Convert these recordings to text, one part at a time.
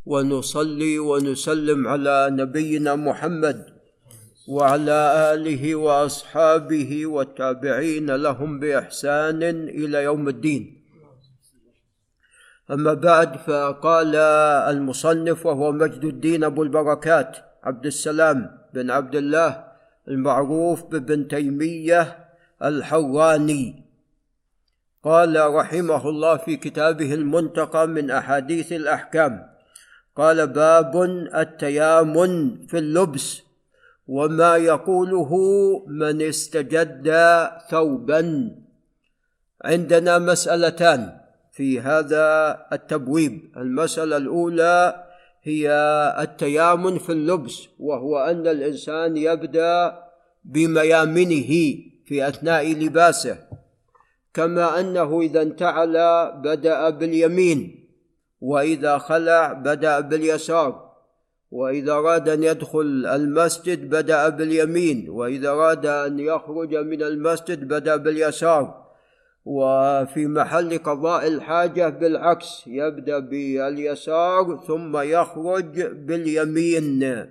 ونصلي ونسلم على نبينا محمد وعلى آله وأصحابه والتابعين لهم بإحسان إلى يوم الدين. أما بعد، فقال المصنف وهو مجد الدين أبو البركات عبد السلام بن عبد الله المعروف بابن تيمية الحراني، قال رحمه الله في كتابه المنتقى من أحاديث الأحكام، قال: باب التيامن في اللبس وما يقوله من استجد ثوبا. عندنا مسألتان في هذا التبويب. المسألة الأولى هي التيامن في اللبس، وهو أن الإنسان يبدأ بميامنه في أثناء لباسه، كما أنه إذا انتعل بدأ باليمين، وإذا خلع بدأ باليسار، وإذا أراد أن يدخل المسجد بدأ باليمين، وإذا أراد أن يخرج من المسجد بدأ باليسار، وفي محل قضاء الحاجة بالعكس، يبدأ باليسار ثم يخرج باليمين.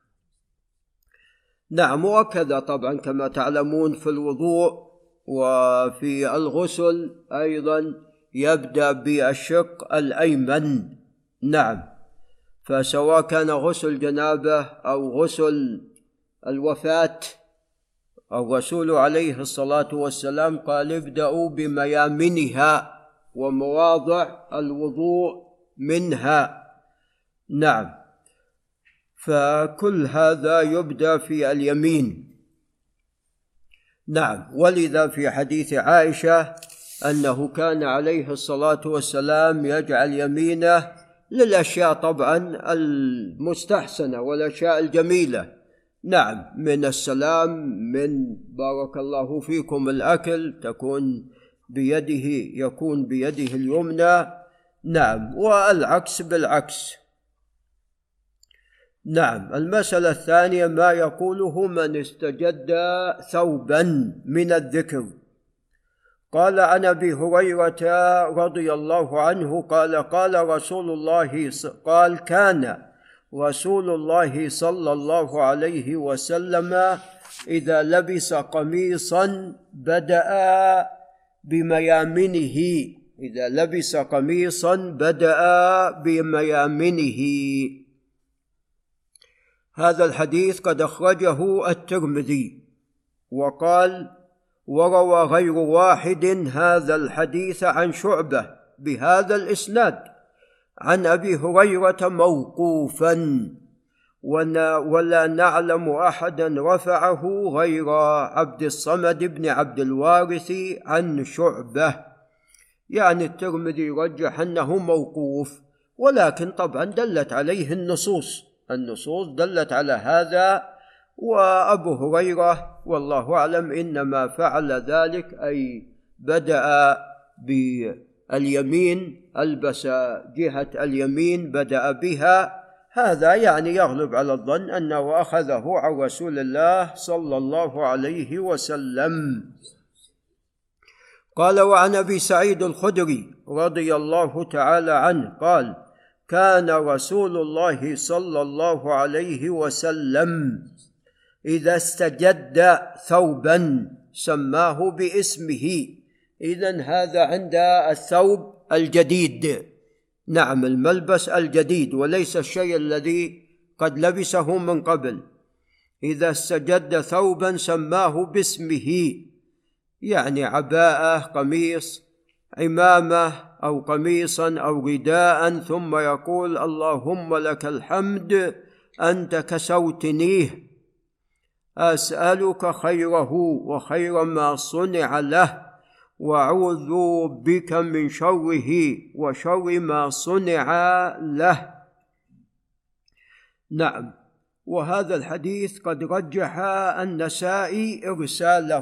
نعم، وكذا طبعا كما تعلمون في الوضوء وفي الغسل أيضا يبدأ بالشق الأيمن. نعم، فسواء كان غسل جنابة أو غسل الوفاة، الرسول عليه الصلاة والسلام قال: ابدأوا بميامنها ومواضع الوضوء منها. نعم، فكل هذا يبدأ في اليمين. نعم، ولذا في حديث عائشة أنه كان عليه الصلاة والسلام يجعل يمينه للأشياء طبعا المستحسنة والأشياء الجميلة. نعم، من السلام، من بارك الله فيكم الأكل تكون بيده، يكون بيده اليمنى. نعم، والعكس بالعكس. نعم، المسألة الثانية ما يقوله من استجد ثوبا من الذكر. قال عن أبي هريرة رضي الله عنه كان رسول الله صلى الله عليه وسلم إذا لبس قميصا بدأ بميامنه. إذا لبس قميصا بدأ بميامنه. هذا الحديث قد أخرجه الترمذي، وقال: وروى غير واحد هذا الحديث عن شعبة بهذا الإسناد عن أبي هريرة موقوفا، ولا نعلم أحدا رفعه غير عبد الصمد بن عبد الوارث عن شعبة. يعني الترمذي رجح أنه موقوف، ولكن طبعا دلت عليه النصوص دلت على هذا. وأبو هريرة والله أعلم إنما فعل ذلك، أي بدأ باليمين، ألبس جهة اليمين بدأ بها. هذا يعني يغلب على الظن أنه أخذه عن رسول الله صلى الله عليه وسلم. قال: وعن أبي سعيد الخدري رضي الله تعالى عنه قال: كان رسول الله صلى الله عليه وسلم إذا استجد ثوبا سماه باسمه. إذن هذا عند الثوب الجديد. نعم، الملبس الجديد وليس الشيء الذي قد لبسه من قبل. إذا استجد ثوبا سماه باسمه، يعني عباءة، قميص، عمامة، أو قميصا أو رداء، ثم يقول: اللهم لك الحمد أنت كسوتنيه، أسألك خيره وخير ما صنع له، وأعوذ بك من شره وشر ما صنع له. نعم، وهذا الحديث قد رجح النسائي إرساله،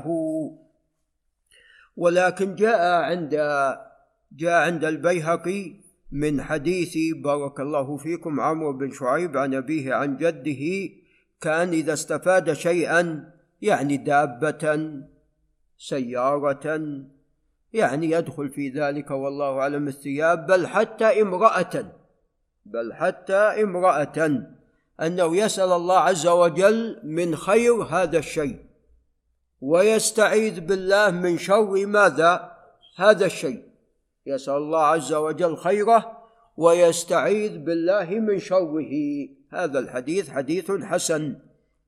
ولكن جاء عند البيهقي من حديث بارك الله فيكم عمرو بن شعيب عن أبيه عن جده، كان إذا استفاد شيئا، يعني دابة، سيارة، يعني يدخل في ذلك والله أعلم الثياب، بل حتى امرأة بل حتى امرأة، أنه يسأل الله عز وجل من خير هذا الشيء، ويستعيذ بالله من شر ماذا؟ هذا الشيء. يسأل الله عز وجل خيره ويستعيذ بالله من شره. هذا الحديث حديث حسن.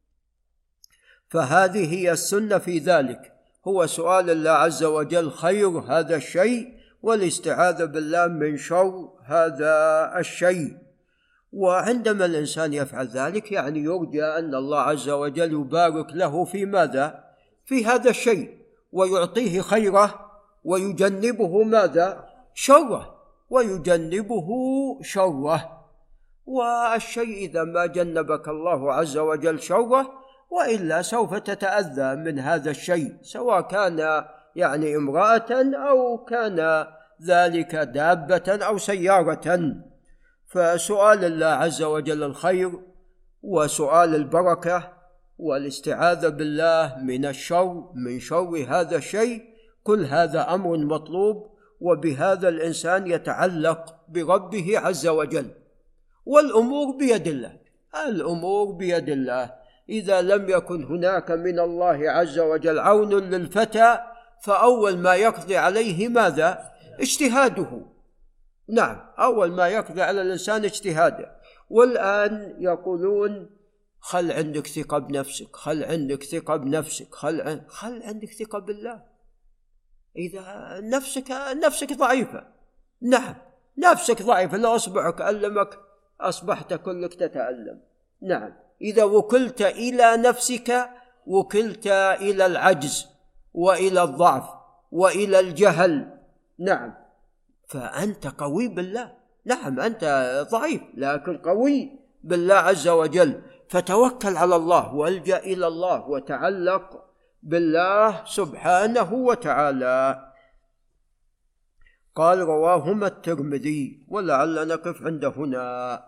فهذه هي السنة في ذلك، هو سؤال الله عز وجل خير هذا الشيء والاستعاذة بالله من شر هذا الشيء. وعندما الإنسان يفعل ذلك يعني يرجى أن الله عز وجل يبارك له في ماذا؟ في هذا الشيء، ويعطيه خيره ويجنبه ماذا؟ شره، ويجنبه شره. والشيء إذا ما جنبك الله عز وجل شره، وإلا سوف تتأذى من هذا الشيء، سواء كان يعني امرأة أو كان ذلك دابة أو سيارة. فسؤال الله عز وجل الخير وسؤال البركة والاستعاذة بالله من الشر، من شر هذا الشيء، كل هذا أمر مطلوب، وبهذا الإنسان يتعلق بربه عز وجل. والأمور بيد الله، الأمور بيد الله. إذا لم يكن هناك من الله عز وجل عون للفتى، فأول ما يقضي عليه ماذا؟ اجتهاده. نعم، أول ما يقضي على الإنسان اجتهاده. والآن يقولون خل عندك ثقة بنفسك، خل عندك ثقة بنفسك، خل عندك ثقة بالله. إذا نفسك ضعيفة، نعم نفسك ضعيفة، لو أصبعك ألمك أصبحت كلك تتألم. نعم، إذا وكلت إلى نفسك وكلت إلى العجز وإلى الضعف وإلى الجهل. نعم، فأنت قوي بالله. نعم، أنت ضعيف لكن قوي بالله عز وجل، فتوكل على الله والجأ إلى الله وتعلق بالله سبحانه وتعالى. قال رواهما الترمذي. ولعل نقف عند هنا.